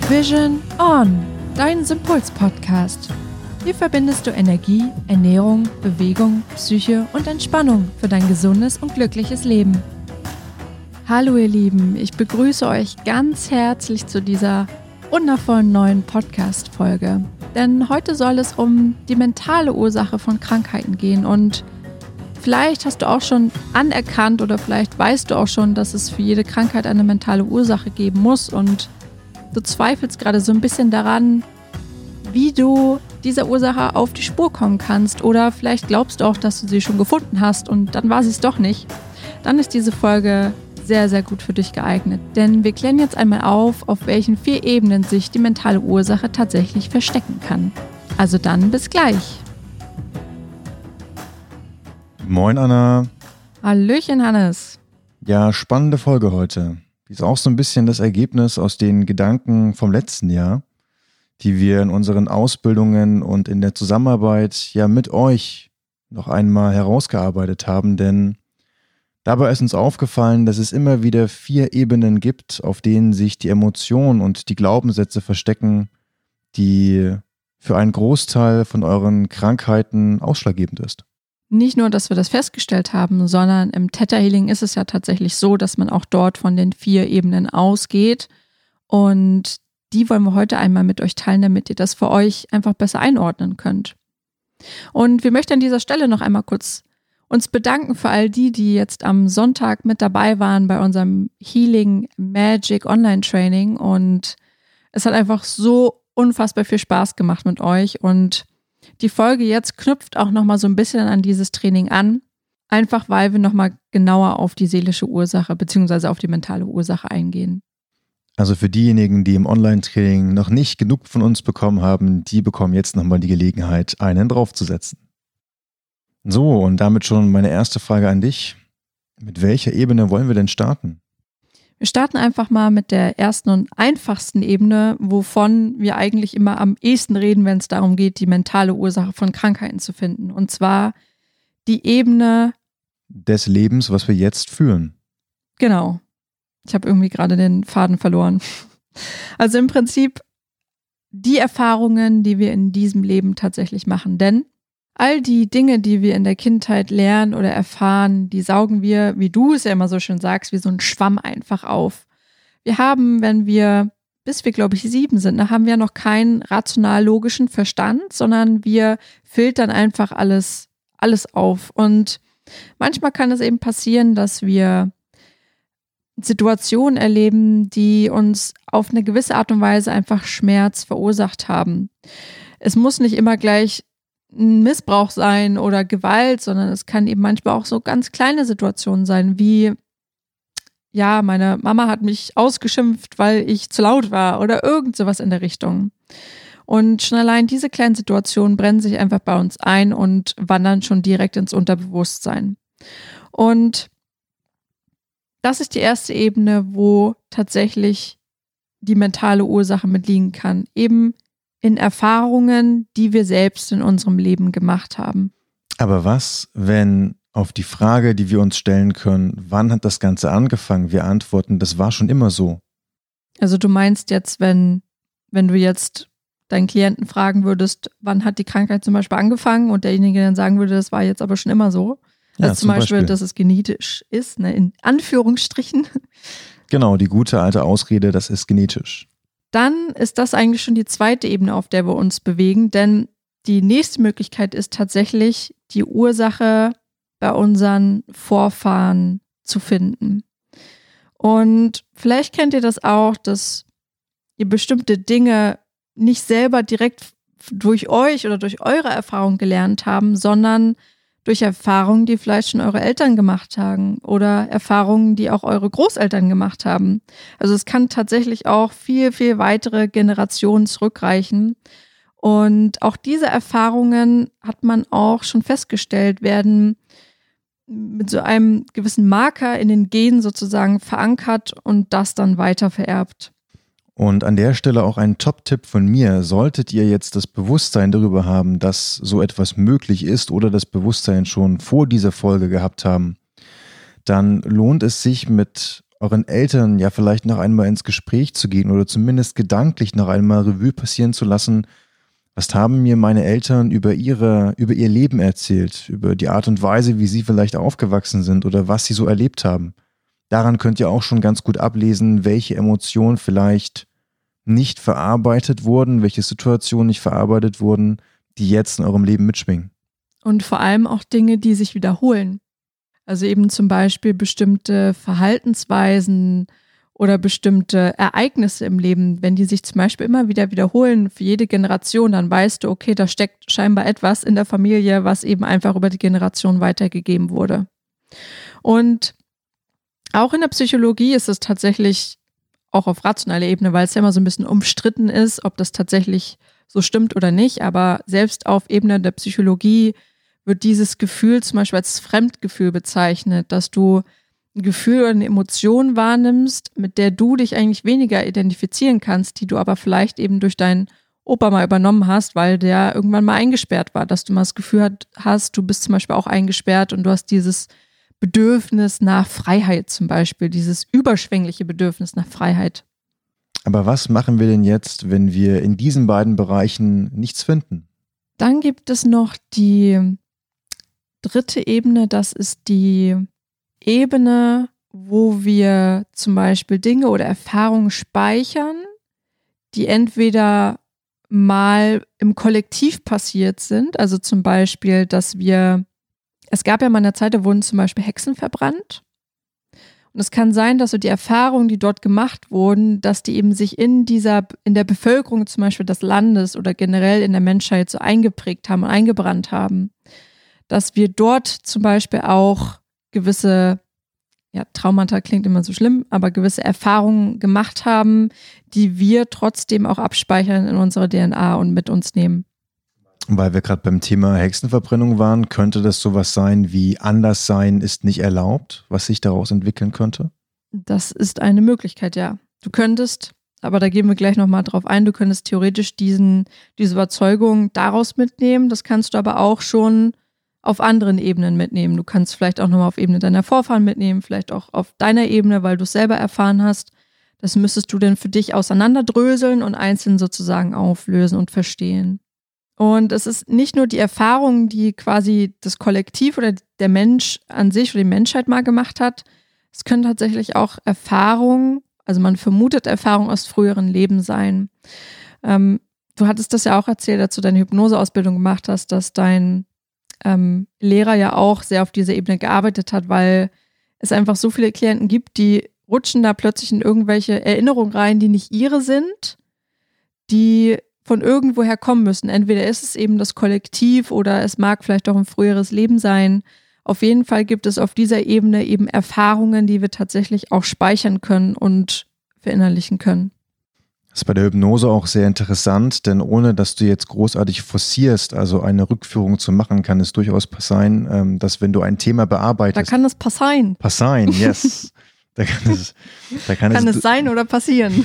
Vision On, dein Sympuls-Podcast. Hier verbindest du Energie, Ernährung, Bewegung, Psyche und Entspannung für dein gesundes und glückliches Leben. Hallo ihr Lieben, ich begrüße euch ganz herzlich zu dieser wundervollen neuen Podcast-Folge. Denn heute soll es um die mentale Ursache von Krankheiten gehen und vielleicht hast du auch schon anerkannt oder vielleicht weißt du auch schon, dass es für jede Krankheit eine mentale Ursache geben muss und du zweifelst gerade so ein bisschen daran, wie du dieser Ursache auf die Spur kommen kannst oder vielleicht glaubst du auch, dass du sie schon gefunden hast und dann war sie es doch nicht. Dann ist diese Folge sehr, sehr gut für dich geeignet, denn wir klären jetzt einmal auf welchen 4 Ebenen sich die mentale Ursache tatsächlich verstecken kann. Also dann bis gleich. Moin Anna. Hallöchen Hannes. Ja, spannende Folge heute. Die ist auch so ein bisschen das Ergebnis aus den Gedanken vom letzten Jahr, die wir in unseren Ausbildungen und in der Zusammenarbeit ja mit euch noch einmal herausgearbeitet haben, denn dabei ist uns aufgefallen, dass es immer wieder 4 Ebenen gibt, auf denen sich die Emotionen und die Glaubenssätze verstecken, die für einen Großteil von euren Krankheiten ausschlaggebend ist. Nicht nur, dass wir das festgestellt haben, sondern im Theta Healing ist es ja tatsächlich so, dass man auch dort von den 4 Ebenen ausgeht. Und die wollen wir heute einmal mit euch teilen, damit ihr das für euch einfach besser einordnen könnt. Und wir möchten an dieser Stelle noch einmal kurz uns bedanken für all die jetzt am Sonntag mit dabei waren bei unserem Healing Magic Online Training. Und es hat einfach so unfassbar viel Spaß gemacht mit euch und die Folge jetzt knüpft auch nochmal so ein bisschen an dieses Training an, einfach weil wir nochmal genauer auf die seelische Ursache bzw. auf die mentale Ursache eingehen. Also für diejenigen, die im Online-Training noch nicht genug von uns bekommen haben, die bekommen jetzt nochmal die Gelegenheit, einen draufzusetzen. So, und damit schon meine erste Frage an dich. Mit welcher Ebene wollen wir denn starten? Wir starten einfach mal mit der ersten und einfachsten Ebene, wovon wir eigentlich immer am ehesten reden, wenn es darum geht, die mentale Ursache von Krankheiten zu finden. Und zwar die Ebene des Lebens, was wir jetzt führen. Genau. Ich habe irgendwie gerade den Faden verloren. Also im Prinzip die Erfahrungen, die wir in diesem Leben tatsächlich machen. Denn all die Dinge, die wir in der Kindheit lernen oder erfahren, die saugen wir, wie du es ja immer so schön sagst, wie so ein Schwamm einfach auf. Wir haben, bis wir glaube ich 7 sind, haben wir noch keinen rational-logischen Verstand, sondern wir filtern einfach alles auf. Und manchmal kann es eben passieren, dass wir Situationen erleben, die uns auf eine gewisse Art und Weise einfach Schmerz verursacht haben. Es muss nicht immer gleich ein Missbrauch sein oder Gewalt, sondern es kann eben manchmal auch so ganz kleine Situationen sein, wie, ja, meine Mama hat mich ausgeschimpft, weil ich zu laut war oder irgend sowas in der Richtung. Und schon allein diese kleinen Situationen brennen sich einfach bei uns ein und wandern schon direkt ins Unterbewusstsein. Und das ist die erste Ebene, wo tatsächlich die mentale Ursache mit liegen kann. Eben in Erfahrungen, die wir selbst in unserem Leben gemacht haben. Aber was, wenn auf die Frage, die wir uns stellen können, wann hat das Ganze angefangen, wir antworten, das war schon immer so? Also du meinst jetzt, wenn du jetzt deinen Klienten fragen würdest, wann hat die Krankheit zum Beispiel angefangen und derjenige dann sagen würde, das war jetzt aber schon immer so? Also ja, zum Beispiel, dass es genetisch ist, ne, in Anführungsstrichen. Genau, die gute alte Ausrede, das ist genetisch. Dann ist das eigentlich schon die zweite Ebene, auf der wir uns bewegen, denn die nächste Möglichkeit ist tatsächlich, die Ursache bei unseren Vorfahren zu finden. Und vielleicht kennt ihr das auch, dass ihr bestimmte Dinge nicht selber direkt durch euch oder durch eure Erfahrung gelernt haben, sondern durch Erfahrungen, die vielleicht schon eure Eltern gemacht haben oder Erfahrungen, die auch eure Großeltern gemacht haben. Also es kann tatsächlich auch viel, viel weitere Generationen zurückreichen. Und auch diese Erfahrungen, hat man auch schon festgestellt, werden mit so einem gewissen Marker in den Genen sozusagen verankert und das dann weiter vererbt. Und an der Stelle auch ein Top-Tipp von mir. Solltet ihr jetzt das Bewusstsein darüber haben, dass so etwas möglich ist oder das Bewusstsein schon vor dieser Folge gehabt haben, dann lohnt es sich mit euren Eltern ja vielleicht noch einmal ins Gespräch zu gehen oder zumindest gedanklich noch einmal Revue passieren zu lassen, was haben mir meine Eltern über ihr Leben erzählt, über die Art und Weise, wie sie vielleicht aufgewachsen sind oder was sie so erlebt haben. Daran könnt ihr auch schon ganz gut ablesen, welche Emotionen vielleicht nicht verarbeitet wurden, welche Situationen nicht verarbeitet wurden, die jetzt in eurem Leben mitschwingen. Und vor allem auch Dinge, die sich wiederholen. Also eben zum Beispiel bestimmte Verhaltensweisen oder bestimmte Ereignisse im Leben, wenn die sich zum Beispiel immer wieder wiederholen für jede Generation, dann weißt du, okay, da steckt scheinbar etwas in der Familie, was eben einfach über die Generation weitergegeben wurde. Und auch in der Psychologie ist es tatsächlich auch auf rationaler Ebene, weil es ja immer so ein bisschen umstritten ist, ob das tatsächlich so stimmt oder nicht, aber selbst auf Ebene der Psychologie wird dieses Gefühl zum Beispiel als Fremdgefühl bezeichnet, dass du ein Gefühl oder eine Emotion wahrnimmst, mit der du dich eigentlich weniger identifizieren kannst, die du aber vielleicht eben durch deinen Opa mal übernommen hast, weil der irgendwann mal eingesperrt war, dass du mal das Gefühl hast, du bist zum Beispiel auch eingesperrt und du hast dieses Bedürfnis nach Freiheit zum Beispiel, dieses überschwängliche Bedürfnis nach Freiheit. Aber was machen wir denn jetzt, wenn wir in diesen beiden Bereichen nichts finden? Dann gibt es noch die dritte Ebene, das ist die Ebene, wo wir zum Beispiel Dinge oder Erfahrungen speichern, die entweder mal im Kollektiv passiert sind, also zum Beispiel, es gab ja mal eine Zeit, da wurden zum Beispiel Hexen verbrannt. Und es kann sein, dass so die Erfahrungen, die dort gemacht wurden, dass die eben sich in der Bevölkerung zum Beispiel des Landes oder generell in der Menschheit so eingeprägt haben und eingebrannt haben. Dass wir dort zum Beispiel auch gewisse, Traumata klingt immer so schlimm, aber gewisse Erfahrungen gemacht haben, die wir trotzdem auch abspeichern in unserer DNA und mit uns nehmen. Weil wir gerade beim Thema Hexenverbrennung waren, könnte das sowas sein wie Anderssein ist nicht erlaubt, was sich daraus entwickeln könnte? Das ist eine Möglichkeit, ja. Du könntest, aber da gehen wir gleich nochmal drauf ein, du könntest theoretisch diese Überzeugung daraus mitnehmen. Das kannst du aber auch schon auf anderen Ebenen mitnehmen. Du kannst vielleicht auch nochmal auf Ebene deiner Vorfahren mitnehmen, vielleicht auch auf deiner Ebene, weil du es selber erfahren hast. Das müsstest du dann für dich auseinanderdröseln und einzeln sozusagen auflösen und verstehen. Und es ist nicht nur die Erfahrung, die quasi das Kollektiv oder der Mensch an sich oder die Menschheit mal gemacht hat. Es können tatsächlich auch Erfahrungen, also man vermutet Erfahrungen aus früheren Leben sein. Du hattest das ja auch erzählt, als du deine Hypnoseausbildung gemacht hast, dass dein Lehrer ja auch sehr auf dieser Ebene gearbeitet hat, weil es einfach so viele Klienten gibt, die rutschen da plötzlich in irgendwelche Erinnerungen rein, die nicht ihre sind, die von irgendwoher kommen müssen. Entweder ist es eben das Kollektiv oder es mag vielleicht auch ein früheres Leben sein. Auf jeden Fall gibt es auf dieser Ebene eben Erfahrungen, die wir tatsächlich auch speichern können und verinnerlichen können. Das ist bei der Hypnose auch sehr interessant, denn ohne dass du jetzt großartig forcierst, also eine Rückführung zu machen, kann es durchaus passieren, dass wenn du ein Thema bearbeitest. Da kann es passieren. Passieren, yes. Da kann es sein oder passieren.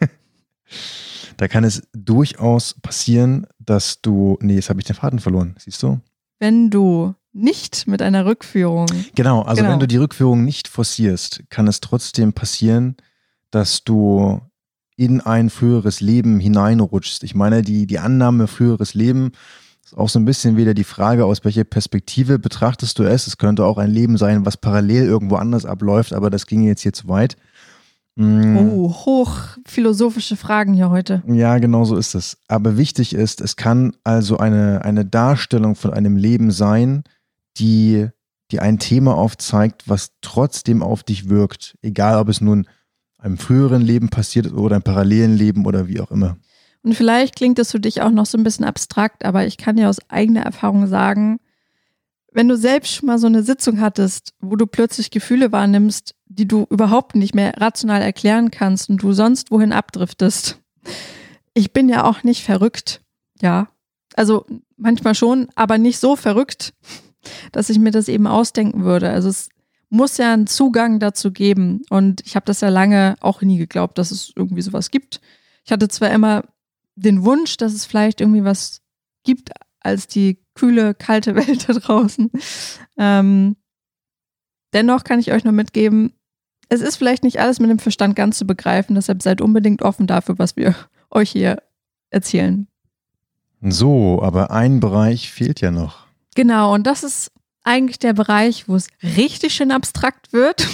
Da kann es durchaus passieren, dass du, jetzt habe ich den Faden verloren, siehst du? Wenn du nicht mit einer Rückführung. Genau, wenn du die Rückführung nicht forcierst, kann es trotzdem passieren, dass du in ein früheres Leben hineinrutschst. Ich meine, die Annahme früheres Leben ist auch so ein bisschen wieder die Frage, aus welcher Perspektive betrachtest du es. Es könnte auch ein Leben sein, was parallel irgendwo anders abläuft, aber das ginge jetzt hier zu weit. Oh, hochphilosophische Fragen hier heute. Ja, genau so ist es. Aber wichtig ist, es kann also eine Darstellung von einem Leben sein, die ein Thema aufzeigt, was trotzdem auf dich wirkt. Egal, ob es nun einem früheren Leben passiert ist oder einem parallelen Leben oder wie auch immer. Und vielleicht klingt das für dich auch noch so ein bisschen abstrakt, aber ich kann dir aus eigener Erfahrung sagen, wenn du selbst schon mal so eine Sitzung hattest, wo du plötzlich Gefühle wahrnimmst, die du überhaupt nicht mehr rational erklären kannst und du sonst wohin abdriftest. Ich bin ja auch nicht verrückt, ja. Also manchmal schon, aber nicht so verrückt, dass ich mir das eben ausdenken würde. Also es muss ja einen Zugang dazu geben und ich habe das ja lange auch nie geglaubt, dass es irgendwie sowas gibt. Ich hatte zwar immer den Wunsch, dass es vielleicht irgendwie was gibt als die kühle, kalte Welt da draußen. Dennoch kann ich euch nur mitgeben, es ist vielleicht nicht alles mit dem Verstand ganz zu begreifen, deshalb seid unbedingt offen dafür, was wir euch hier erzählen. So, aber ein Bereich fehlt ja noch. Genau, und das ist eigentlich der Bereich, wo es richtig schön abstrakt wird.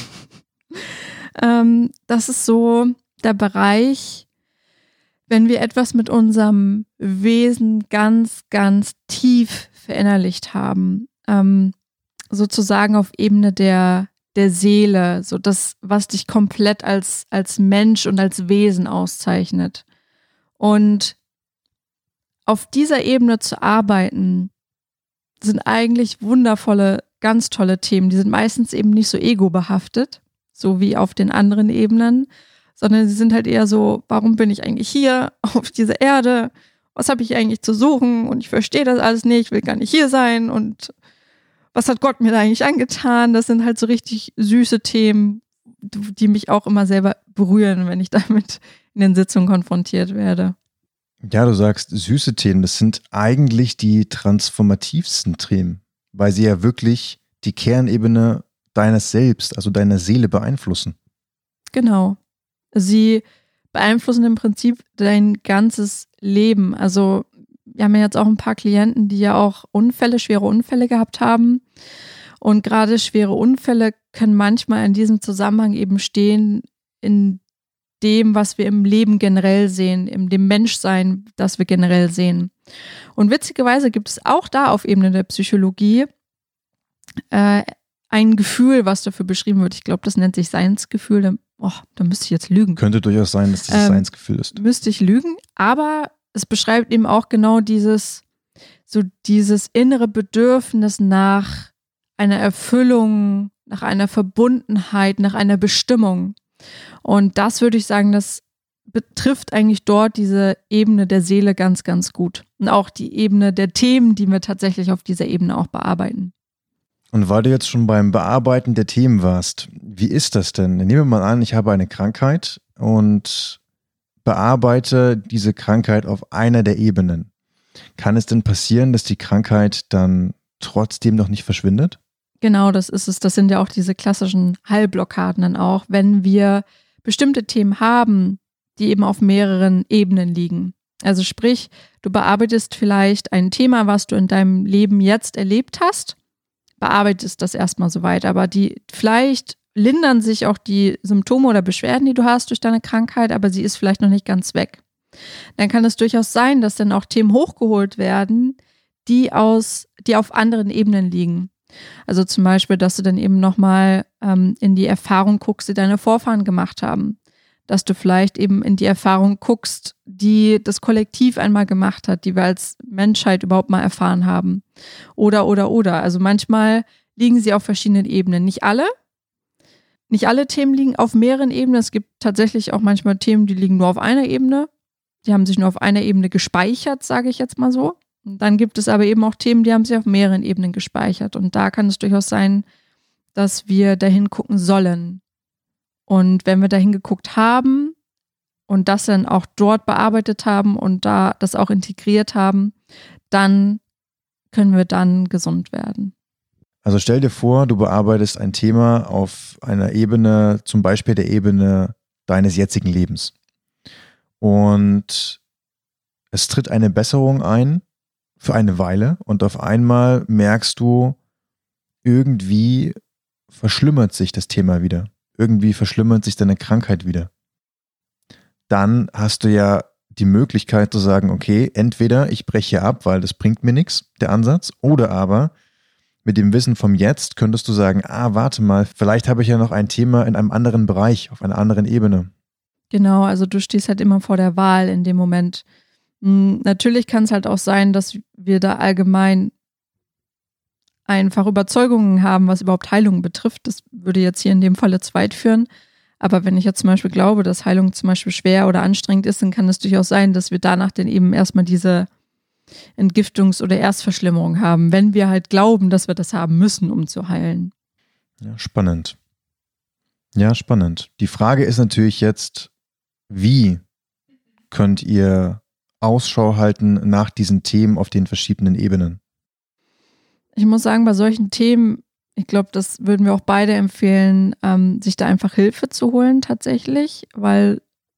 Das ist so der Bereich, wenn wir etwas mit unserem Wesen ganz, ganz tief verinnerlicht haben. Sozusagen auf Ebene der Seele, so das, was dich komplett als Mensch und als Wesen auszeichnet. Und auf dieser Ebene zu arbeiten, sind eigentlich wundervolle, ganz tolle Themen. Die sind meistens eben nicht so ego-behaftet, so wie auf den anderen Ebenen, sondern sie sind halt eher so, warum bin ich eigentlich hier auf dieser Erde? Was habe ich eigentlich zu suchen? Und ich verstehe das alles nicht, will gar nicht hier sein. Und was hat Gott mir da eigentlich angetan? Das sind halt so richtig süße Themen, die mich auch immer selber berühren, wenn ich damit in den Sitzungen konfrontiert werde. Ja, du sagst süße Themen, das sind eigentlich die transformativsten Themen, weil sie ja wirklich die Kernebene deines Selbst, also deiner Seele beeinflussen. Genau. Sie beeinflussen im Prinzip dein ganzes Leben. Also wir haben ja jetzt auch ein paar Klienten, die ja auch schwere Unfälle gehabt haben. Und gerade schwere Unfälle können manchmal in diesem Zusammenhang eben stehen, in dem, was wir im Leben generell sehen, in dem Menschsein, das wir generell sehen. Und witzigerweise gibt es auch da auf Ebene der Psychologie ein Gefühl, was dafür beschrieben wird. Ich glaube, das nennt sich Seinsgefühl. Da müsste ich jetzt lügen. Könnte durchaus sein, dass das Seinsgefühl ist. Müsste ich lügen, aber es beschreibt eben auch genau dieses innere Bedürfnis nach einer Erfüllung, nach einer Verbundenheit, nach einer Bestimmung. Und das würde ich sagen, das betrifft eigentlich dort diese Ebene der Seele ganz, ganz gut. Und auch die Ebene der Themen, die wir tatsächlich auf dieser Ebene auch bearbeiten. Und weil du jetzt schon beim Bearbeiten der Themen warst, wie ist das denn? Nehmen wir mal an, ich habe eine Krankheit und bearbeite diese Krankheit auf einer der Ebenen. Kann es denn passieren, dass die Krankheit dann trotzdem noch nicht verschwindet? Genau, das ist es. Das sind ja auch diese klassischen Heilblockaden dann auch, wenn wir bestimmte Themen haben, die eben auf mehreren Ebenen liegen. Also sprich, du bearbeitest vielleicht ein Thema, was du in deinem Leben jetzt erlebt hast, bearbeitest das erstmal so weit, aber vielleicht lindern sich auch die Symptome oder Beschwerden, die du hast durch deine Krankheit, aber sie ist vielleicht noch nicht ganz weg. Dann kann es durchaus sein, dass dann auch Themen hochgeholt werden, die auf anderen Ebenen liegen. Also zum Beispiel, dass du dann eben nochmal in die Erfahrung guckst, die deine Vorfahren gemacht haben. Dass du vielleicht eben in die Erfahrung guckst, die das Kollektiv einmal gemacht hat, die wir als Menschheit überhaupt mal erfahren haben. Oder. Also manchmal liegen sie auf verschiedenen Ebenen. Nicht alle Themen liegen auf mehreren Ebenen. Es gibt tatsächlich auch manchmal Themen, die liegen nur auf einer Ebene. Die haben sich nur auf einer Ebene gespeichert, sage ich jetzt mal so. Und dann gibt es aber eben auch Themen, die haben sich auf mehreren Ebenen gespeichert. Und da kann es durchaus sein, dass wir dahin gucken sollen. Und wenn wir dahin geguckt haben und das dann auch dort bearbeitet haben und da das auch integriert haben, dann können wir dann gesund werden. Also stell dir vor, du bearbeitest ein Thema auf einer Ebene, zum Beispiel der Ebene deines jetzigen Lebens. Und es tritt eine Besserung ein für eine Weile und auf einmal merkst du, irgendwie verschlimmert sich das Thema wieder. Irgendwie verschlimmert sich deine Krankheit wieder. Dann hast du ja die Möglichkeit zu sagen, okay, entweder ich breche ab, weil das bringt mir nichts, der Ansatz, oder aber mit dem Wissen vom Jetzt könntest du sagen, warte mal, vielleicht habe ich ja noch ein Thema in einem anderen Bereich, auf einer anderen Ebene. Genau, also du stehst halt immer vor der Wahl in dem Moment. Natürlich kann es halt auch sein, dass wir da allgemein einfach Überzeugungen haben, was überhaupt Heilung betrifft. Das würde jetzt hier in dem Falle zu weit führen. Aber wenn ich jetzt zum Beispiel glaube, dass Heilung zum Beispiel schwer oder anstrengend ist, dann kann es durchaus sein, dass wir danach dann eben erstmal diese Entgiftungs- oder Erstverschlimmerung haben, wenn wir halt glauben, dass wir das haben müssen, um zu heilen. Ja, spannend. Ja, spannend. Die Frage ist natürlich jetzt, wie könnt ihr Ausschau halten nach diesen Themen auf den verschiedenen Ebenen? Ich muss sagen, bei solchen Themen Ich glaube, das würden wir auch beide empfehlen, sich da einfach Hilfe zu holen tatsächlich, weil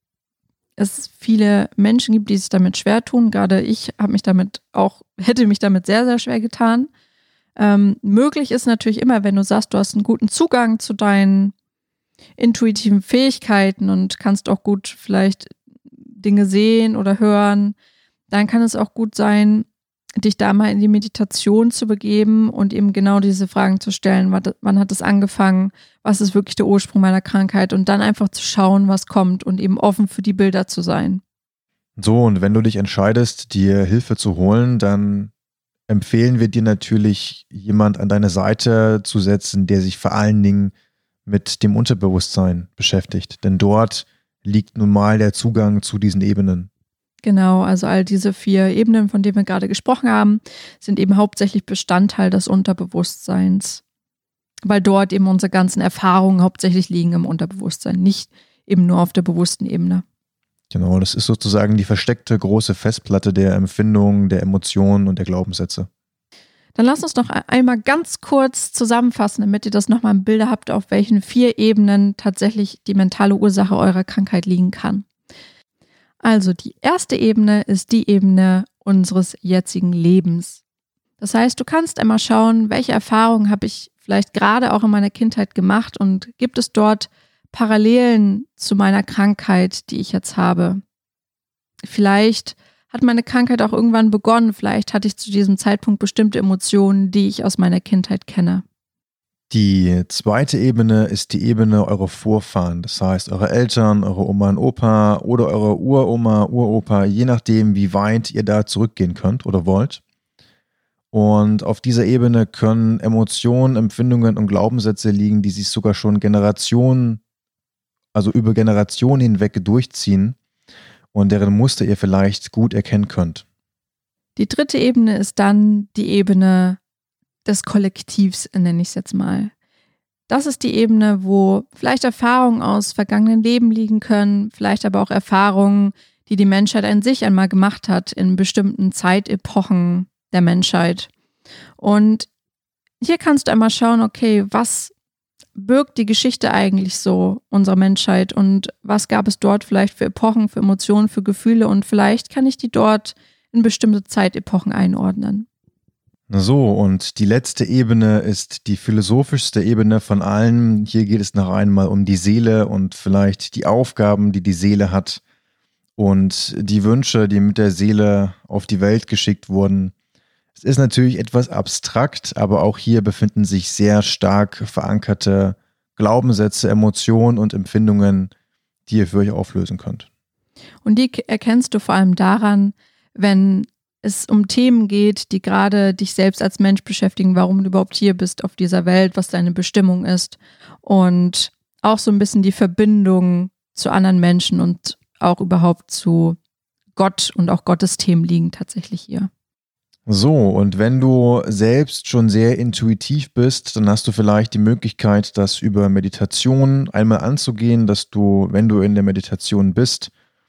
es viele Menschen gibt, die sich damit schwer tun. Gerade ich hätte mich damit sehr, sehr schwer getan. Möglich ist natürlich immer, wenn du sagst, du hast einen guten Zugang zu deinen intuitiven Fähigkeiten und kannst auch gut vielleicht Dinge sehen oder hören, dann kann es auch gut sein, dich da mal in die Meditation zu begeben und eben genau diese Fragen zu stellen. Wann hat es angefangen? Was ist wirklich der Ursprung meiner Krankheit? Und dann einfach zu schauen, was kommt und eben offen für die Bilder zu sein. So, und wenn du dich entscheidest, dir Hilfe zu holen, dann empfehlen wir dir natürlich, jemand an deine Seite zu setzen, der sich vor allen Dingen mit dem Unterbewusstsein beschäftigt. Denn dort liegt nun mal der Zugang zu diesen Ebenen. Genau, also all diese 4 Ebenen, von denen wir gerade gesprochen haben, sind eben hauptsächlich Bestandteil des Unterbewusstseins, weil dort eben unsere ganzen Erfahrungen hauptsächlich liegen im Unterbewusstsein, nicht eben nur auf der bewussten Ebene. Genau, das ist sozusagen die versteckte große Festplatte der Empfindungen, der Emotionen und der Glaubenssätze. Dann lasst uns noch einmal ganz kurz zusammenfassen, damit ihr das nochmal im Bilde habt, auf welchen 4 Ebenen tatsächlich die mentale Ursache eurer Krankheit liegen kann. Also die erste Ebene ist die Ebene unseres jetzigen Lebens. Das heißt, du kannst einmal schauen, welche Erfahrungen habe ich vielleicht gerade auch in meiner Kindheit gemacht und gibt es dort Parallelen zu meiner Krankheit, die ich jetzt habe. Vielleicht hat meine Krankheit auch irgendwann begonnen, vielleicht hatte ich zu diesem Zeitpunkt bestimmte Emotionen, die ich aus meiner Kindheit kenne. Die zweite Ebene ist die Ebene eurer Vorfahren, das heißt eure Eltern, eure Oma und Opa oder eure Uroma, Uropa, je nachdem, wie weit ihr da zurückgehen könnt oder wollt. Und auf dieser Ebene können Emotionen, Empfindungen und Glaubenssätze liegen, die sich sogar schon über Generationen hinweg durchziehen und deren Muster ihr vielleicht gut erkennen könnt. Die dritte Ebene ist dann die Ebene des Kollektivs, nenne ich es jetzt mal. Das ist die Ebene, wo vielleicht Erfahrungen aus vergangenen Leben liegen können, vielleicht aber auch Erfahrungen, die die Menschheit an sich einmal gemacht hat in bestimmten Zeitepochen der Menschheit. Und hier kannst du einmal schauen, okay, was birgt die Geschichte eigentlich so unserer Menschheit und was gab es dort vielleicht für Epochen, für Emotionen, für Gefühle und vielleicht kann ich die dort in bestimmte Zeitepochen einordnen. So, und die letzte Ebene ist die philosophischste Ebene von allen. Hier geht es noch einmal um die Seele und vielleicht die Aufgaben, die die Seele hat und die Wünsche, die mit der Seele auf die Welt geschickt wurden. Es ist natürlich etwas abstrakt, aber auch hier befinden sich sehr stark verankerte Glaubenssätze, Emotionen und Empfindungen, die ihr für euch auflösen könnt. Und die erkennst du vor allem daran, wenn es um Themen geht, die gerade dich selbst als Mensch beschäftigen, warum du überhaupt hier bist auf dieser Welt, was deine Bestimmung ist und auch so ein bisschen die Verbindung zu anderen Menschen und auch überhaupt zu Gott und auch Gottes Themen liegen tatsächlich hier. So, und wenn du selbst schon sehr intuitiv bist, dann hast du vielleicht die Möglichkeit, das über Meditation einmal anzugehen, dass du, wenn du in der Meditation bist,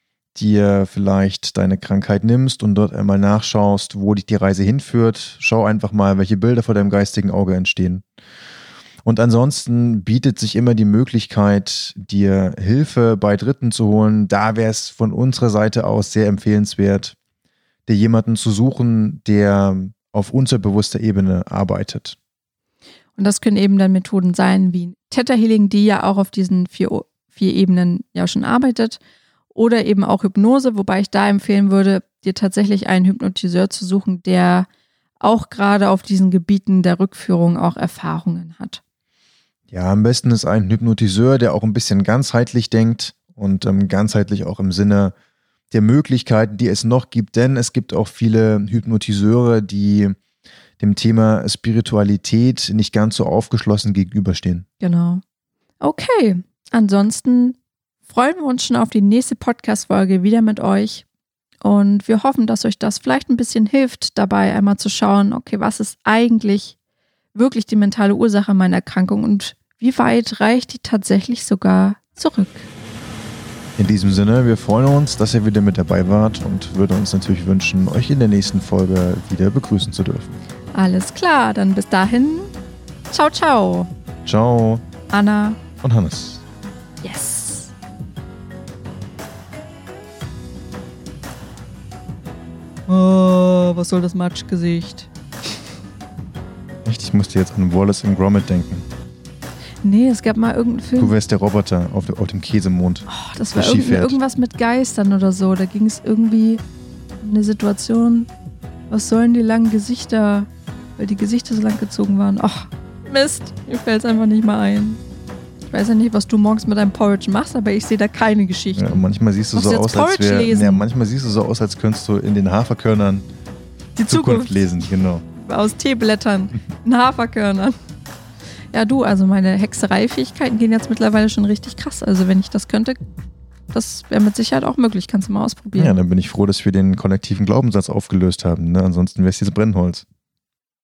dir vielleicht deine Krankheit nimmst und dort einmal nachschaust, wo dich die Reise hinführt. Schau einfach mal, welche Bilder vor deinem geistigen Auge entstehen. Und ansonsten bietet sich immer die Möglichkeit, dir Hilfe bei Dritten zu holen. Da wäre es von unserer Seite aus sehr empfehlenswert, dir jemanden zu suchen, der auf unterbewusster Ebene arbeitet. Und das können eben dann Methoden sein wie Theta Healing, die ja auch auf diesen vier Ebenen ja schon arbeitet. Oder eben auch Hypnose, wobei ich da empfehlen würde, dir tatsächlich einen Hypnotiseur zu suchen, der auch gerade auf diesen Gebieten der Rückführung auch Erfahrungen hat. Ja, am besten ist ein Hypnotiseur, der auch ein bisschen ganzheitlich denkt und ganzheitlich auch im Sinne der Möglichkeiten, die es noch gibt, denn es gibt auch viele Hypnotiseure, die dem Thema Spiritualität nicht ganz so aufgeschlossen gegenüberstehen. Genau. Okay, ansonsten freuen wir uns schon auf die nächste Podcast-Folge wieder mit euch und wir hoffen, dass euch das vielleicht ein bisschen hilft, dabei einmal zu schauen, okay, was ist eigentlich wirklich die mentale Ursache meiner Erkrankung und wie weit reicht die tatsächlich sogar zurück? In diesem Sinne, wir freuen uns, dass ihr wieder mit dabei wart und würden uns natürlich wünschen, euch in der nächsten Folge wieder begrüßen zu dürfen. Alles klar, dann bis dahin. Ciao, ciao. Ciao. Anna und Hannes. Yes. Oh, was soll das Matschgesicht? Echt, ich musste jetzt an Wallace and Gromit denken. Nee, es gab mal irgendeinen Film. Du wärst der Roboter auf dem Käsemond. Oh, das war irgendwas mit Geistern oder so. Da ging es irgendwie um eine Situation. Was sollen die langen Gesichter? Weil die Gesichter so lang gezogen waren. Ach, Mist. Mir fällt es einfach nicht mal ein. Ich weiß ja nicht, was du morgens mit deinem Porridge machst, aber ich sehe da keine Geschichte. Ja, manchmal siehst du so aus, manchmal siehst du so aus, als könntest du in den Haferkörnern die Zukunft lesen. Genau. Aus Teeblättern, in Haferkörnern. Ja, du, also meine Hexereifähigkeiten gehen jetzt mittlerweile schon richtig krass. Also wenn ich das könnte, das wäre mit Sicherheit auch möglich. Kannst du mal ausprobieren. Ja, dann bin ich froh, dass wir den kollektiven Glaubenssatz aufgelöst haben. Ne? Ansonsten wäre es jetzt Brennholz.